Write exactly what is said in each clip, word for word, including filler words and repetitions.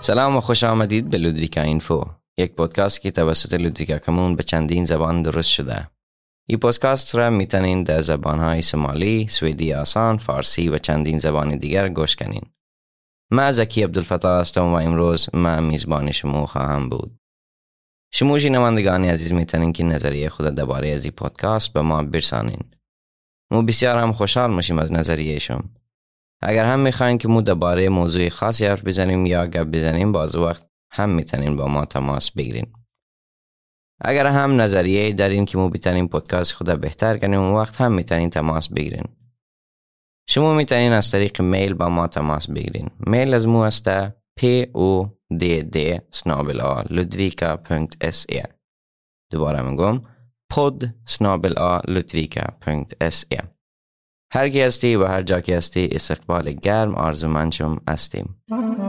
سلام و خوش آمدید به لودویکا اینفو، یک پادکست که توسط لودویکا کمون به چندین زبان درست شده. این پادکست را میتونین در زبانهای سومالی، سوئدی آسان، فارسی و چندین زبان دیگر گوش کنین. من زکی عبدالفتاح هستم و امروز من میزبان شما خواهم بود. شما شنوندگان عزیز میتونین که نظریه خود درباره از این پادکست به ما برسانین. ما بسیار هم خوشحال میشیم از نظریه شما. اگر هم میخواین که ما درباره موضوع خاصی حرف بزنیم یا گپ بزنیم، باز وقت هم میتونین با ما تماس بگیرین. اگر هم نظریه دارین که ما بتونیم پادکست خود بهتر کنیم، اون وقت هم میتونین تماس بگیرین. شما میتونین از طریق میل با ما تماس بگیرین. میل از ما است پی او دی دی snabel-a ludvika punkt se. دوباره میگم pod snabel-a ludvika punkt se. هر کی هستی و هر جا که هستی استقبال گرم آرزومند شما هستیم.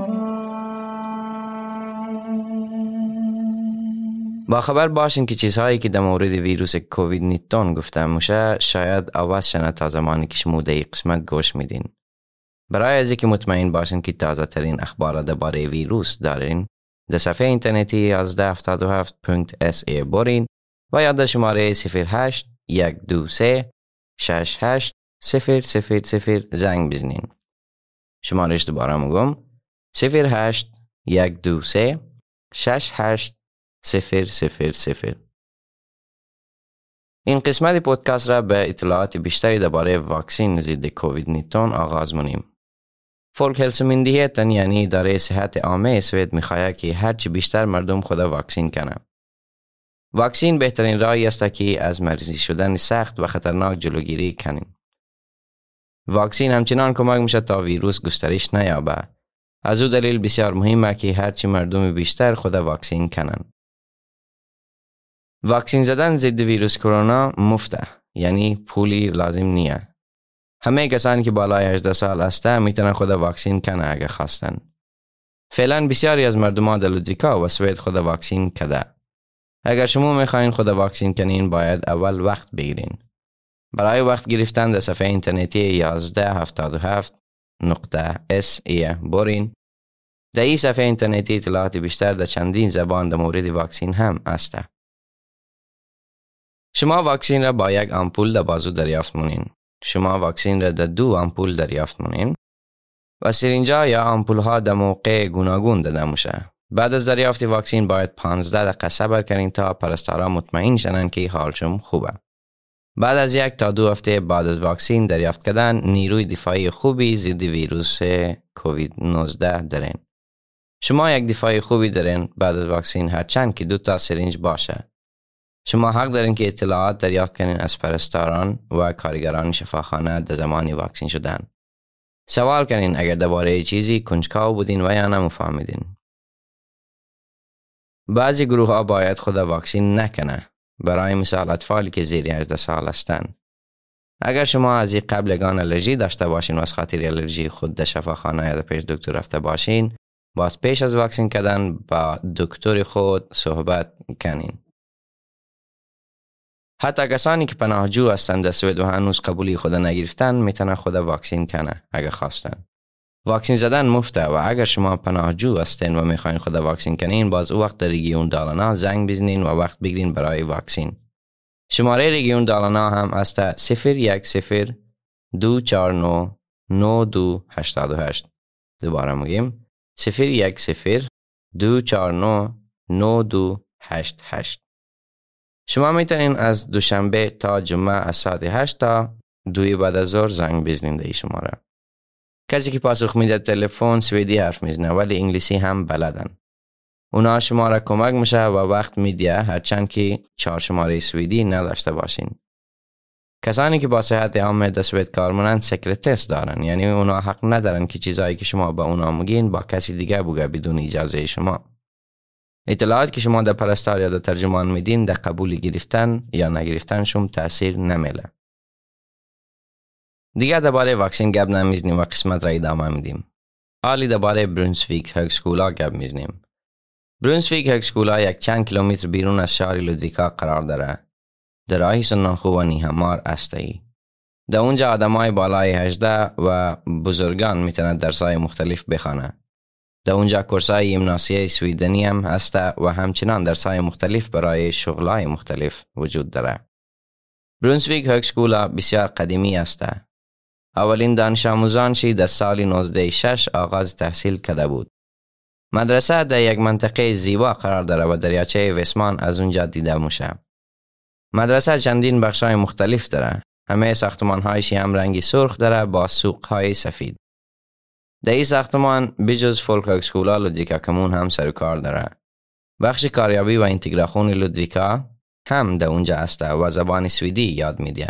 با خبر باشین که چیزهایی که در مورد ویروس کووید نوزده گفته میشه شاید عوض شنه تا زمانی که شما در این قسمت گوش میدین. برای از اینکه مطمئن باشین که تازه ترین اخبار درباره ویروس دارین، در صفحه اینترنتی یازده هفتاد و هفت punkt se برین و یا در شماره صفر هشت یک دو سه شش هشت صفر صفر صفر زنگ بزنین. شمارش دوباره میگم صفر هشت یک دو سه شش هشت صفر صفر صفر. این قسمت پادکست را به اطلاعات بیشتری درباره واکسن ضد کووید نوزده آغاز منیم. فولکهلسomyndigheten یعنی اداره صحت عامه سوئد میخواهد که هرچی بیشتر مردم خود واکسن کنه. واکسن بهترین راهی است که از مریضی شدن سخت و خطرناک جلوگیری کنیم. واکسن همچنان کمک میشه تا ویروس گسترش نیابه. از او دلیل بسیار مهمه که هرچی مردم بیشتر خود واکسن کنن. واکسن زدن ضد ویروس کرونا مفته، یعنی پولی لازم نیه. همه کسانی که بالای هجده سال هستند میتونن خود واکسن کنه اگه خواستن. فعلا بسیاری از مردمان در لودویکا و سوئد خود واکسن کرده. اگر شما میخواین خود واکسن کنین باید اول وقت بگیرین. برای وقت گرفتن در صفحه اینترنتی یازده هفتاد و هفت نقطه se برین. در این صفحه اینترنتی اطلاعات بیشتر در چندین زبان در مورد واکسن هم است. شما واکسن را با یک آمپول در بازو دریافت مونین. شما واکسن را در دو آمپول دریافت مونین و سرینجا یا آمپول ها در موقع گوناگون داده میشه. بعد از دریافت واکسن باید پانزده دقیقه صبر کنین تا پرستارا مطمئن شدن که حالشون خوبه. بعد از یک تا دو هفته بعد از واکسن دریافت کردن، نیروی دفاعی خوبی ضد ویروس کووید نوزده دارین. شما یک دفاع خوبی دارین بعد از واکسن، هرچند که دو تا سرینج باشه. شما حق دارین که اطلاعات دریافت کنین از پرستاران و کارگران شفاخانه در زمان واکسن شدن. سوال کنین اگر درباره چیزی کنجکاو بودین و یا نمیفهمیدین. بعضی گروه ها باید خود واکسن نکنه. برای مثال اطفالی که زیر هجده سال هستند. اگر شما از این قبلگان الرژی داشته باشین و از خاطر الرژی خود در شفاخانه یا در پیش دکتر رفته باشین، باز پیش از واکسن کردن با دکتر خود صحبت کنین. حتی کسانی که پناهجو هستند در سوئد و هنوز قبولی خود نگرفتن میتونن خود واکسن کنه اگر خواستن. واکسن زدن مفته و اگر شما پناهجو هستین و میخواین خود واکسن کنین، باز او وقت در رژیون دالانا زنگ بزنین و وقت بگیرین برای واکسن. شماره رژیون دالانا هم است صفر یک صفر دو چهار نه نه دو هشت هشت. دوباره میگیم صفر یک صفر دو چهار نه نه دو هشت هشت. شما میتونین از دوشنبه تا جمعه از ساعت هشت تا دو بعد از ظهر زنگ بزنین در این شماره. کسی که پاسخ میده تلفن سوئدی حرف میزنه ولی انگلیسی هم بلدن. اونا شما را کمک میشه و وقت میده، هرچند که چهار شماره سوئدی نداشته باشین. کسانی که با صحت عامه در سوئد کار میکنن سکرتس دارن، یعنی اونا حق ندارن که چیزایی که شما با اونا میگین با کسی دیگه بگه بدون اجازه شما. اطلاعات که شما در پرستار یا در ترجمان میدین در قبول گرفتن یا نگرفتن شما تاثیر نمیله. دیگه درباره واکسن گپ نمیزنیم و قسمت را ادامه میدیم. حالی درباره برونسویک هاگسکولا گپ میزنیم. برونسویک هاگسکولا یک چند کیلومتر بیرون از شهر لودویکا قرار داره. در راه سنانخو و نیهمار استی. در اونجا آدمای بالای هجده و بزرگان میتونن درسای مختلف بخوانن. در اونجا کورس‌های گیمناسیای سویدنی هم هست و همچنان درس‌های مختلف برای شغل‌های مختلف وجود داره. برونسویک هاگسکولا بسیار قدیمی است. اولین دانش آموزانشی در سال نوزده شش آغاز تحصیل کرده بود. مدرسه در یک منطقه زیبا قرار داره و دریاچه وسمان از اونجا دیده میشه. مدرسه چندین بخش‌های مختلف داره. همه ساختمان‌هایش هم رنگی سرخ داره با سوق‌های سفید. در این ساختمان بجز فولک هاگسکولا لودویکا کمون هم سر و کار داره. بخش کاریابی و اینتگراسیون لودویکا هم در اونجا است و زبان سوئدی یاد میده.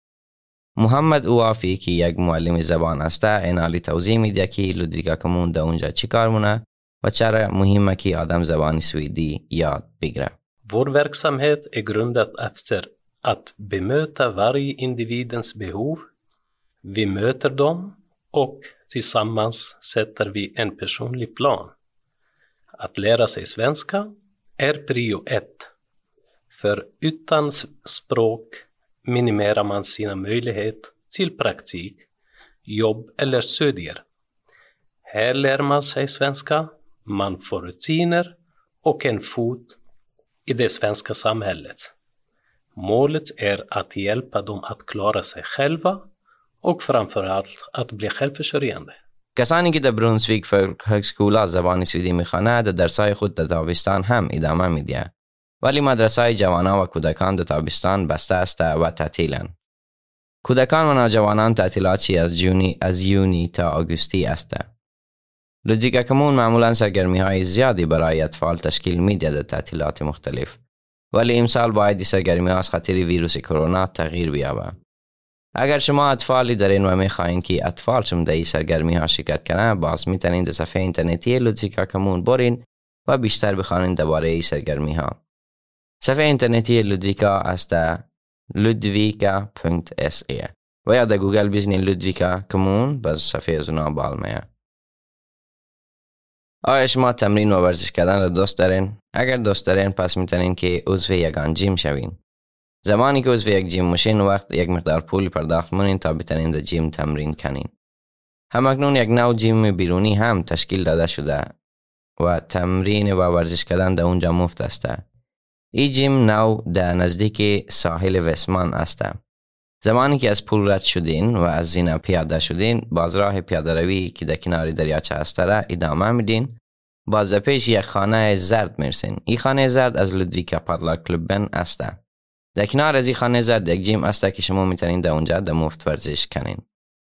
محمد اوافی که یک معلم زبان است اینالی توضیح میده که لودویکا کمون در اونجا چی کار مونه و چرا مهمه که آدم زبان سوئدی یاد بگیره. Vår verksamhet är grundad efter att bemöta varje individens behov. Vi möter dem och tillsammans sätter vi en personlig plan. Att lära sig svenska är prio ett. För utan språk minimerar man sina möjligheter till praktik, jobb eller studier. Här lär man sig svenska, man får rutiner och en fot i det svenska samhället. Målet är att hjälpa dem att klara sig själva och framförallt att bli självförsörjande. کسانی که در برونسویک فولک هاگسکولا زبان سوئدی میخوانه در درسای خود در تابستان هم ادامه میده. ولی مدرسه جوانان و کودکان در تابستان بسته است و تعطیلند. کودکان و نوجوانان تعطیلاتی از جونی از یونی تا آگوستی است. لودویکا کمون معمولا سرگرمی های زیادی برای اطفال تشکیل میده در تعطیلات مختلف. ولی امسال باید این سرگرمی ها از خاطر ویروس کرونا تغییر بیابه. اگر شما اطفالی دارین و میخواین که اطفالشون در این سرگرمی ها شرکت کنه، باز میتونین در صفحه اینترنتی لودویکا کمون برین و بیشتر بخوانین درباره این سرگرمی ها. صفحه اینترنتی لودویکا است ludvika punkt se و یا در گوگل بزنین لودویکا کمون باز صفحه از اونا بال میاد. آیا شما تمرین و ورزش کردن را دوست دارین؟ اگر دوست دارین پس میتونین که عضو یگان جیم شوین. زمانی که عضو یک جیم میشین وقت یک مقدار پول پرداخت مونین تا بتونین در جیم تمرین کنین. همکنون یک نوع جیم بیرونی هم تشکیل داده شده و تمرین و ورزش کردن در اونجا مفت است. این جیم نو در نزدیک ساحل وسمان است. زمانی که از پول رد شدین و از زینه پیاده شدین، باز راه پیاده روی که در کنار دریاچه است را ادامه میدین. باز در پیش یک خانه زرد میرسین. این خانه زرد از لودویکا پادلاکلوبن است. در کنار از این خانه زرد یک جیم است که شما میتونین در اونجا در مفت ورزش کنین.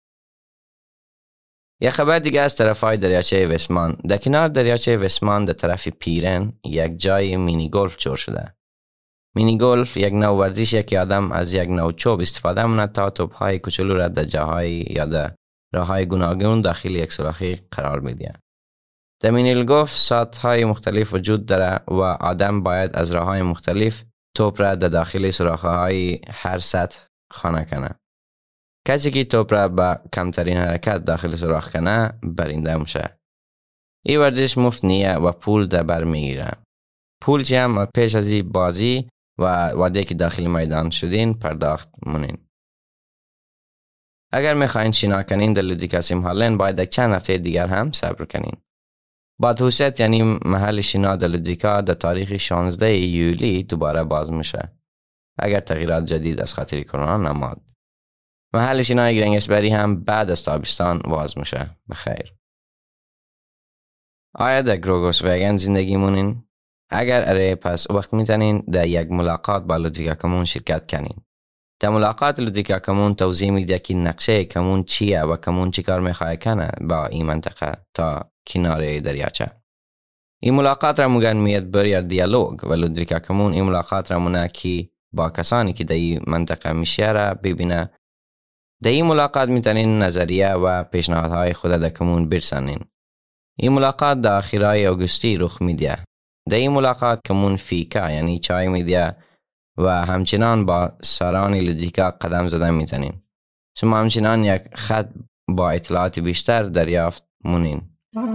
یک خبر دیگه از طرفای دریاچه وسمان. در کنار دریاچه وسمان در طرف پیرن یک جای مینی گلف جور شده. مینی گلف یک نوع ورزشیه که آدم از یک نوع چوب استفاده مونه تا توپ‌های کوچولو را در جاهای یا در راه‌های گوناگون داخل یک سوراخی قرار میده. در مینی گلف سطح‌های مختلف وجود داره و آدم باید از راه‌های مختلف توپ را در داخل سوراخ‌های هر سطح خانه کنه. کسی که توپ را با کمترین حرکت داخل سوراخ کنه برنده میشه. این ورزش مفت نیه و پول در بر میگیره. پول چی هم پیش از این بازی و وقتی که داخل میدان شدین پرداخت مونین. اگر میخواین شنا کنین در لودویکا سیمهالن باید یک چند هفته دیگر هم صبر کنین. با توسعه یعنی محل شنا در لودویکا در تاریخ شانزده یولی دوباره باز میشه. اگر تغییرات جدید از خاطر کرونا نماد. محل شنای گرنگسبری هم بعد از تابستان باز میشه. بخیر. آیا در گروگوس وگن زندگی مونین؟ اگر اره پس وقت میتونین در یک ملاقات با لودویکا کمون شرکت کنین. در ملاقات لودویکا کمون توضیح میده که نقشه کمون چیه و کمون چی کار میخواه کنه با این منطقه تا کنار دریاچه. این ملاقات را میگن میدبر یا دیالوگ و لودویکا کمون این ملاقات را مونه که با کسانی که در این منطقه میشه را ببینه. در این ملاقات میتونین نظریه و پیشنهادهای خود در کمون برسانین. این ملاقات در آخرای آگوستی رخ میده. در این ملاقات کمون فیکا یعنی چای میده و همچنان با سران لودویکا قدم زدن میتونین. شما همچنان یک خط با اطلاعات بیشتر دریافت مونین.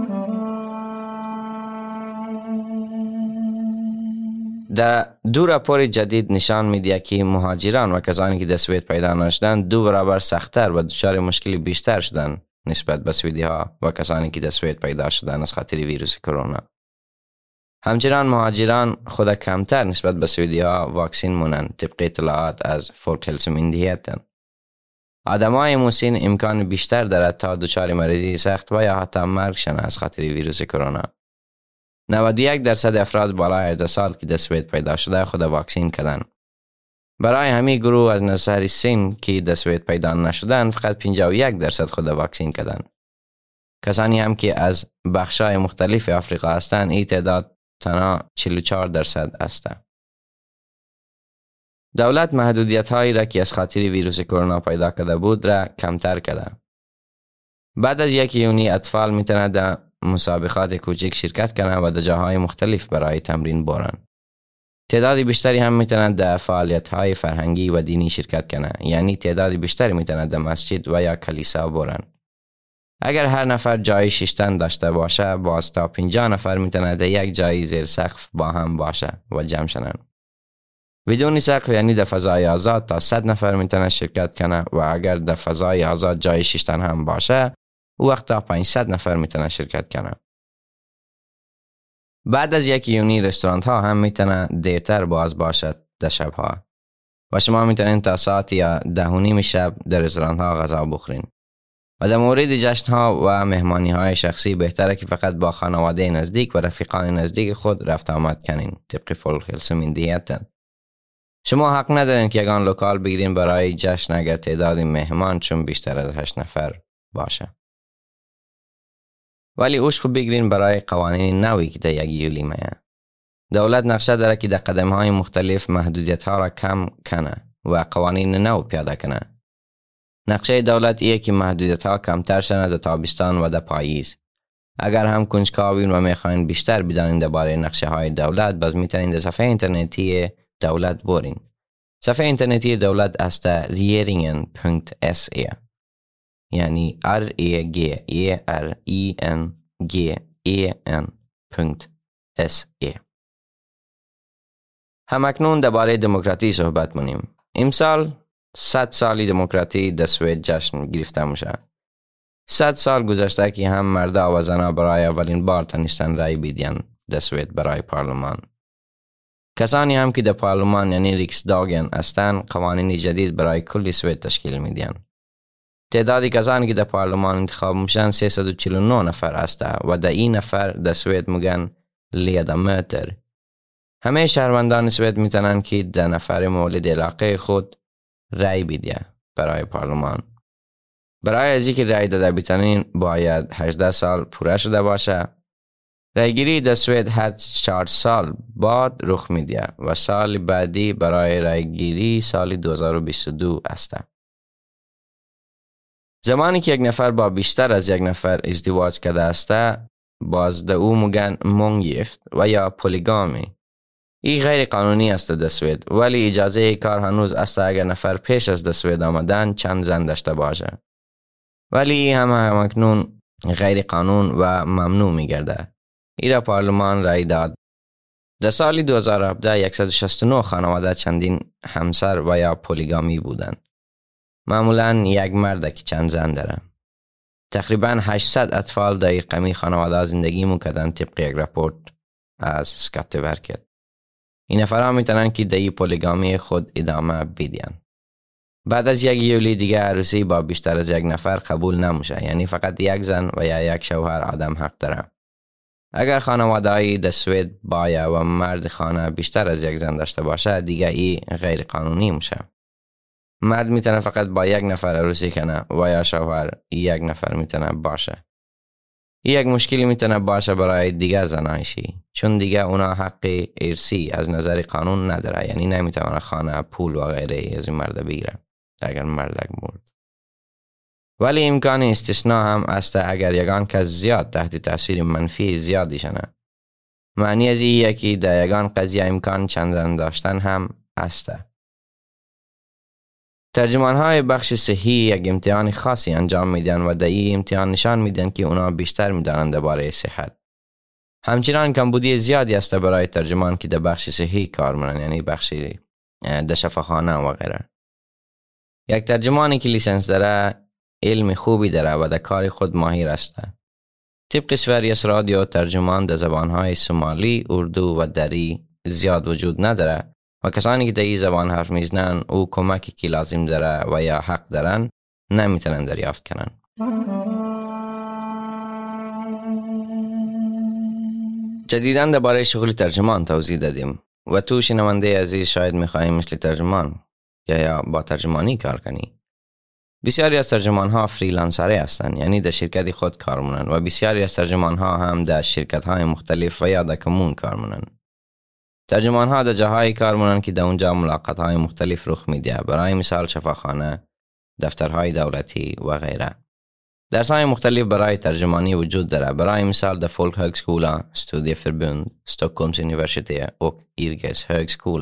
در دو راپور جدید نشان میده که مهاجران و کسانی که در سوئد پیدا نشدن دو برابر سخت‌تر و دچار مشکلی بیشتر شدن نسبت به سوئدی ها و کسانی که در سوئد پیدا شدند از خاطر ویروس کرونا. همچنان مهاجران خود کمتر نسبت به سوئدی ها واکسین مونند طبق اطلاعات از فولکهلسومینdigheten. آدمای مسن امکان بیشتر دارد تا دچار مریضی سخت و یا حتی مرگ شوند از خاطر ویروس کرونا. نود و یک درصد افراد بالای هجده سال که در سوئد پیدا شده خود واکسین کردند. برای همین گروه از نظر سن که در سوئد پیدا نشدند فقط پنجاه و یک درصد خود واکسین کردند. کسانی هم که از بخش‌های مختلف آفریقا هستند این تعداد تنها چهل و چهار درصد است. دولت محدودیت‌هایی را که از خاطر ویروس کرونا پیدا کرده بود را کمتر کرده. بعد از یک یونی اطفال میتونند در مسابقات کوچک شرکت کنند و در جاهای مختلف برای تمرین برند. تعداد بیشتری هم میتونند در فعالیت‌های فرهنگی و دینی شرکت کنند، یعنی تعداد بیشتری میتونند در مسجد و یا کلیسا برند. اگر هر نفر جای ششتن داشته باشه، باز تا پنجاه نفر میتونند در یک جای زیر سقف با هم باشه و جمع شوند. بدون سقف یعنی در فضای آزاد تا صد نفر میتونند شرکت کنند و اگر در فضای آزاد جای ششتن هم باشه، وقت تا پانصد نفر میتونند شرکت کنند. بعد از یک یونی رستوران ها هم میتونند دیرتر باز باشد در شب ها و شما میتونید تا ساعت یا ده و نیم شب در رستوران ها غذا بخورین. و در مورد جشن ها و مهمانی های شخصی بهتره که فقط با خانواده نزدیک و رفیقان نزدیک خود رفت آمد کنین طبق فولکهلسومینdigheten. شما حق ندارین که یگان لوکال بگیرین برای جشن اگر تعداد مهمان چون بیشتر از هشت نفر باشه. ولی اوش خوب بگیرین برای قوانین نوی که در یک یولی میه. دولت نقشه داره که در قدم های مختلف محدودیت ها را کم کنه و قوانین نو پیاده کنه. نقشه دولت ایه که محدودیت ها کمتر شنه در تابستان و در پاییز. اگر هم کنجکاوین و میخواین بیشتر بدانید درباره نقشه های دولت، باز میتونید در صفحه اینترنتی دولت برین. صفحه اینترنتی دولت است regeringen punkt se، یعنی r e g e r i n g e n punkt s e. همکنون درباره دموکراسی صحبت کنیم. امسال صد سالی دموکراسی در سوئد جشن گرفته میشه. صد سال گذشته که هم مردا و زنها برای اولین بار تونستن رای بدین در سوئد برای پارلمان. کسانی هم که در پارلمان یعنی ریکسداگن هستند قوانین جدید برای کل سوئد تشکیل میدن. تعداد کسانی که در پارلمان انتخاب میشن سیصد و چهل و نه نفر است و در این نفر در سوئد میگن لیدامöter. همه شهروندان سوئد میتونن که در نفر مورد علاقه خود رای بدن برای پارلمان. برای از اینکه رای داده بتونین باید هجده سال پوره شده باشه. رایگیری در سوئد هر چهار سال بعد رخ میده و سال بعدی برای رایگیری سال دو هزار و بیست و دو است. زمانی که یک نفر با بیشتر از یک نفر ازدواج کرده است، باز در او میگن månggifte و یا پلیگامی. این غیر قانونی است در سوئد، ولی اجازه کار هنوز است اگر نفر پیش از در سوئد آمدن چند زن داشته باشه. ولی همه همکنون غیر قانون و ممنوع میگرده. ایرا پارلمان رای داد. در سال دو هزار و هفده صد و شصت و نه خانواده چندین همسر و یا پلیگامی بودند. معمولاً یک مرد که چند زن داره. تقریباً هشتصد اطفال در قمی خانواده زندگی میکردند طبق یک رپورت از سکاتورکت. این نفرها میتونن که در پلیگامی خود ادامه بدین. بعد از یک یولی دیگه عروسی با بیشتر از یک نفر قبول نمیشه، یعنی فقط یک زن و یا یک شوهر آدم حق داره. اگر خانواده‌ای در سوئد باید و مرد خانه بیشتر از یک زن داشته باشه دیگه ای غیر قانونی میشه. مرد میتونه فقط با یک نفر عروسی کنه و یا شوهر یک نفر میتونه باشه. یک مشکلی میتونه باشه برای دیگر زنایشی، چون دیگه اونا حق ارثی از نظر قانون نداره، یعنی نمیتونه خانه، پول و غیره از این مرد بگیره اگر مرد مرد. ولی امکان استثناء هم است اگر یگان کس زیاد تحت تاثیر منفی زیادی شنه. معنی از این یکی در یگان قضیه امکان چندان داشتن هم است. ترجمان های بخش صحی یک امتحان خاصی انجام میدن و در این امتحان نشان میدن که اونا بیشتر میدانند درباره صحت. همچنان کمبودی زیادی است برای ترجمان که در بخش صحی کار میکنن، یعنی بخش در شفاخانه و غیره. یک ترجمانی که لیسانس داره علم خوبی داره و در کار خود ماهر است. طبق سوریس رادیو ترجمان در زبانهای سومالی، اردو و دری زیاد وجود نداره و کسانی که در این زبان حرف میزنن او کمکی که لازم داره و یا حق دارن نمیتونن دریافت کنن. جدیداً درباره شغل ترجمان توضیح دادیم و تو شنونده عزیز شاید میخواهی مثل ترجمان یا یا با ترجمانی کار کنی. بسیاری از ترجمان ها فریلنسری هستند، یعنی در شرکت خود کار میکنن و بسیاری از ترجمان ها هم در شرکت های مختلف و یا در کمون کار میکنن. ترجمان ها در جاهای کار میکنن که در اونجا ملاقات های مختلف رخ میده، برای مثال شفاخانه، دفترهای دولتی و غیره. درس های مختلف برای ترجمانی وجود داره، برای مثال در فولک هاگسکولا، استودیeförbund، استکهلمس universitet و ایرگس هاگسکولا.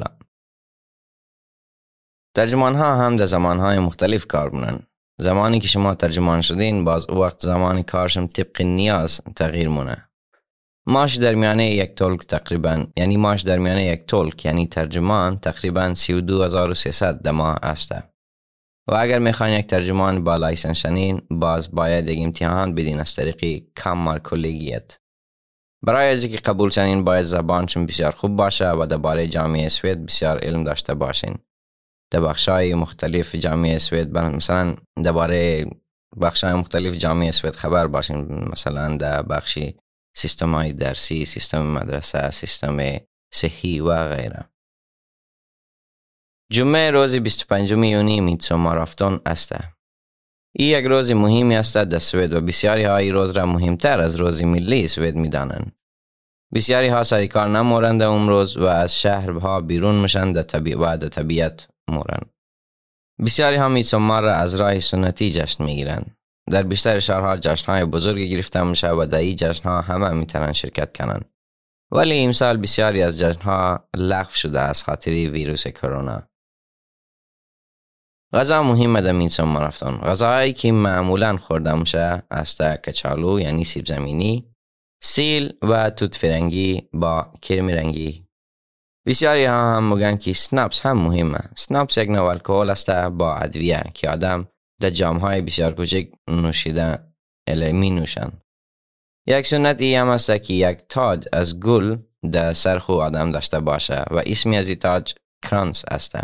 ترجمان ها هم در زمان های مختلف کار میکنن. زمانی که شما ترجمان شدین باز او وقت زمان کارشم طبق نیاز تغییر مونه. معاش در میانه یک تولک تقریبا، یعنی معاش در میانه یک تولک یعنی ترجمان تقریبا سی و دو هزار و سیصد در ماه است. و اگر میخواین یک ترجمان با لایسنس شنین باز باید یک امتحان بدین از طریق کامارکولگیت. برای از اینکه قبول شنین باید زبانشون بسیار خوب باشه و درباره جامعه سوئد بسیار علم داشته باشین. در بخشای مختلف جامعه سوئد مثلا درباره بخشای مختلف جامعه سوئد خبر باشین، مثلا در بخشی سیستم‌های درسی، سیستم مدرسه، سیستم صحی و غیره. جمعه روز بیست و پنجم یونی میتسومار آفتون است. این یک روز مهمی است در سوئد و بسیاری ها این روز را مهمتر از روز ملی سوئد میدانند. بسیاری ها سر کار نمورند اون روز و از شهرها بیرون میشن در طبیعت و در طبیعت مورند. بسیاری ها میتسومار را از راه سنتی جشن میگیرند. در بیشتر شهرها جشن‌های بزرگی گرفته میشه و در این جشن‌ها همه میتونن شرکت کنند. ولی امسال بسیاری از جشن‌ها لغو شده از خاطر ویروس کرونا. غذا مهم در میتسومار آفتون. غذاهایی که معمولاً خورده میشه است کچالو یعنی سیب زمینی، سیل و توت فرنگی با کرم رنگی. بسیاری ها هم میگن که سناپس هم مهمه. سناپس یک نوع الکل است با ادویه که آدم در جام‌های بسیار کوچک نوشیده الی می نوشن. یک سنت ای هم است که یک تاج از گل در سر خو آدم داشته باشه و اسمی از این تاج کرانس است.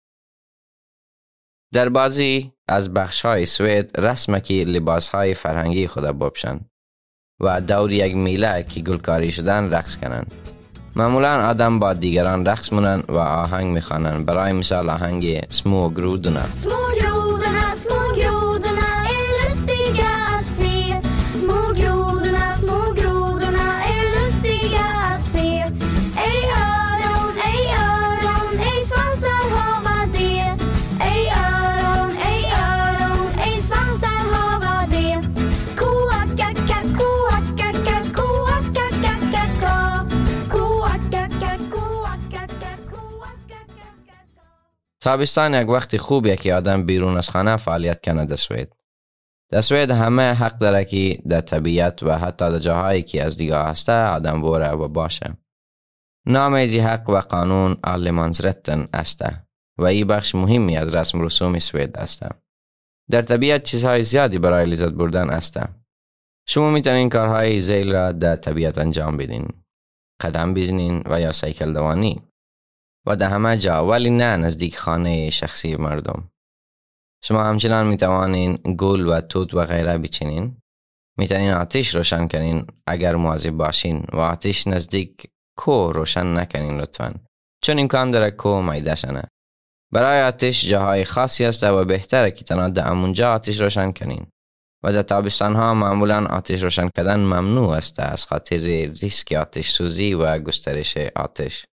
در بعضی از بخش‌های سوئد رسمه که لباس‌های فرهنگی خود بپوشن و دور یک میله که گلکاری شدن رقص کنن. معمولا آدم با دیگران رقص مونن و آهنگ میخوانن. برای مثال آهنگ Små grodorna. Små grodorna, små grodorna är lustiga att se. Små grodorna, små grodorna är lustiga att se. Ej öron, ej öron, ej svansar hava det. Ej öron, ej öron, ej svansar hava det. Koakaka, koakaka, koakaka, koakaka, koakaka, koakaka. تابستان یک وقت خوبیه که آدم بیرون از خانه فعالیت کنه در سوئد. در سوئد همه حق داره که در طبیعت و حتی در جاهایی که از دیگه هسته آدم بوره و باشه. نام از حق و قانون آلمانزرتن است و این بخش مهمی از رسم رسوم سوئد است. در طبیعت چیزهای زیادی برای لذت بردن است. شما میتونین کارهای ذیل را در طبیعت انجام بدین، قدم بزنین و یا سایکل دوانی و در همه جا، ولی نه نزدیک خانه شخصی مردم. شما همچنان میتوانین گل و توت و غیره بچینین. میتونین آتش روشن کنین اگر مواظب باشین و آتش نزدیک کو روشن نکنین لطفاً، چون امکان داره کو میده شنه. برای آتش جاهای خاصی است و بهتره که تنها در امونجا آتش روشن کنین و در تابستان ها معمولا آتش روشن کردن ممنوع است از خاطر ریسک آتش سوزی و گسترش آتش.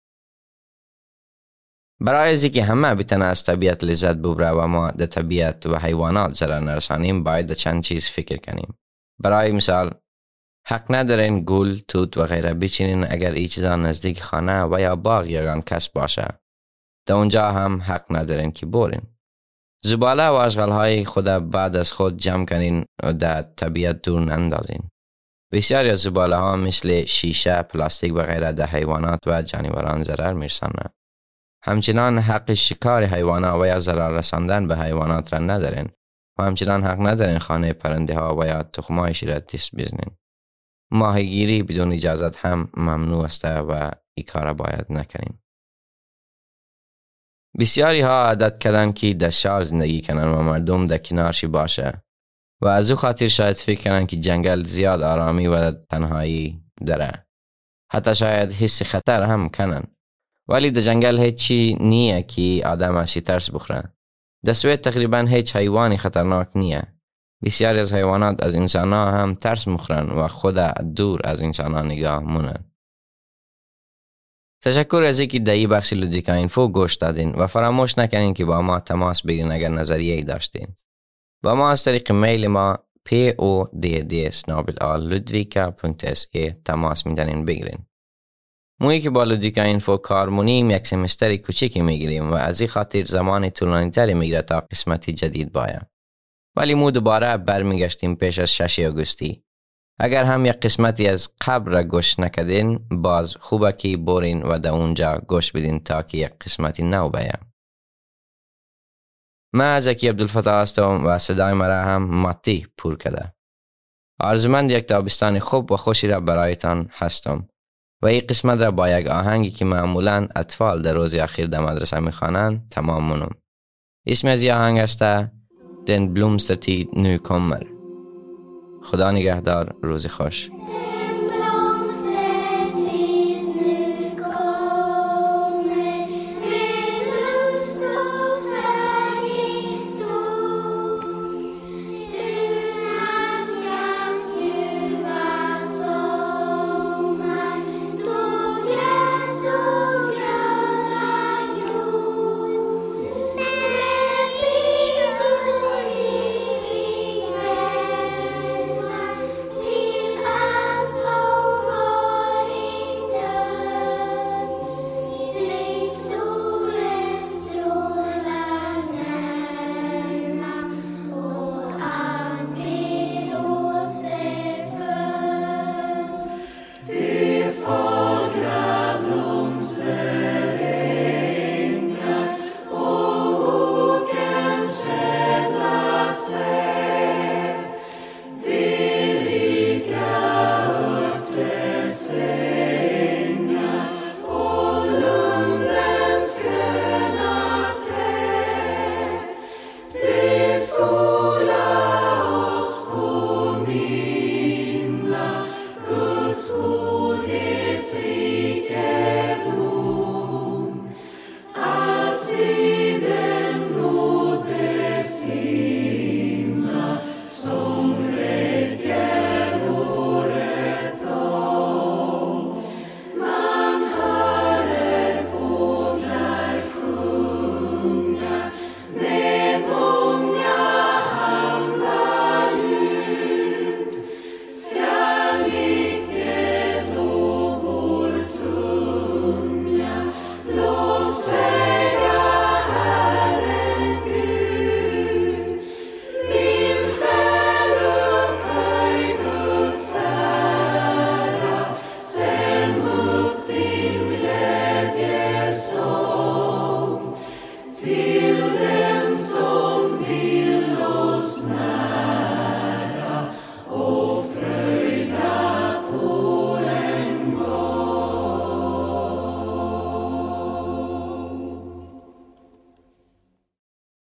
برای از اینکه همه بتونه از طبیعت لذت ببره و ما در طبیعت و حیوانات ضرر نرسانیم باید چند چیز فکر کنیم. برای مثال حق ندارین گل، توت و غیره بچینین اگر این چیزا نزدیک خانه و یا باغ یگان کسب باشه. در اونجا هم حق ندارین که برین. زباله و اشغالهای خود بعد از خود جمع کنین و در طبیعت دور نندازین. بسیاری از زباله ها مثل شیشه، پلاستیک و غیره در حیوانات و جانوران ضرر میرسانه. همچنان حق شکار حیوانات و یا ضرر رساندن به حیوانات را ندارین و همچنان حق ندارین خانه پرنده ها و یا تخمایشی را دست بزنین. ماهیگیری بدون اجازت هم ممنوع است و این کار باید نکنین. بسیاری ها عادت کردن که در شهر زندگی کنن و مردم در کنارشی باشه و از او خاطر شاید فکر کنن که جنگل زیاد آرامی و تنهایی داره. حتی شاید حس خطر هم کنن. ولی در جنگل هیچ چی نیه که آدم ازش ترس بخوره. در سوئد تقریبا هیچ حیوانی خطرناک نیه. بسیاری از حیوانات از انسان ها هم ترس مخورن و خود دور از انسان ها نگاه مونن. تشکر از اینکه در این بخش لودویکا اینفو گوش دادین و فراموش نکنین که با ما تماس بگیرین اگر نظریه ای داشتین. با ما از طریق میل ما پی او دی دی اسنابل لودویکا پونکت اس ای تماس میتونین بگیرین. مویی که با لودویکا اینفو کار مونیم یک سمستر کوچیکی میگیریم و از این خاطر زمان طولانی تری میگیره تا قسمتی جدید باید. ولی مو دوباره برمیگشتیم پیش از شش آگوستی. اگر هم یک قسمتی از قبل را گوش نکردین باز خوبه که برین و در اونجا گوش بدین تا که یک قسمتی نو بیام. من زکی عبدالفتاح هستم و صدای مرا هم ماتی پور کرده. آرزومند یک تابستان خوب و خوشی را برایتان هستم و این قسمت را با یک آهنگی که معمولاً اطفال در روز اخیر در مدرسه میخوانند تمام مونم. اسم از این آهنگ است Den blomstertid nu kommer. خدا نگهدار، روز خوش.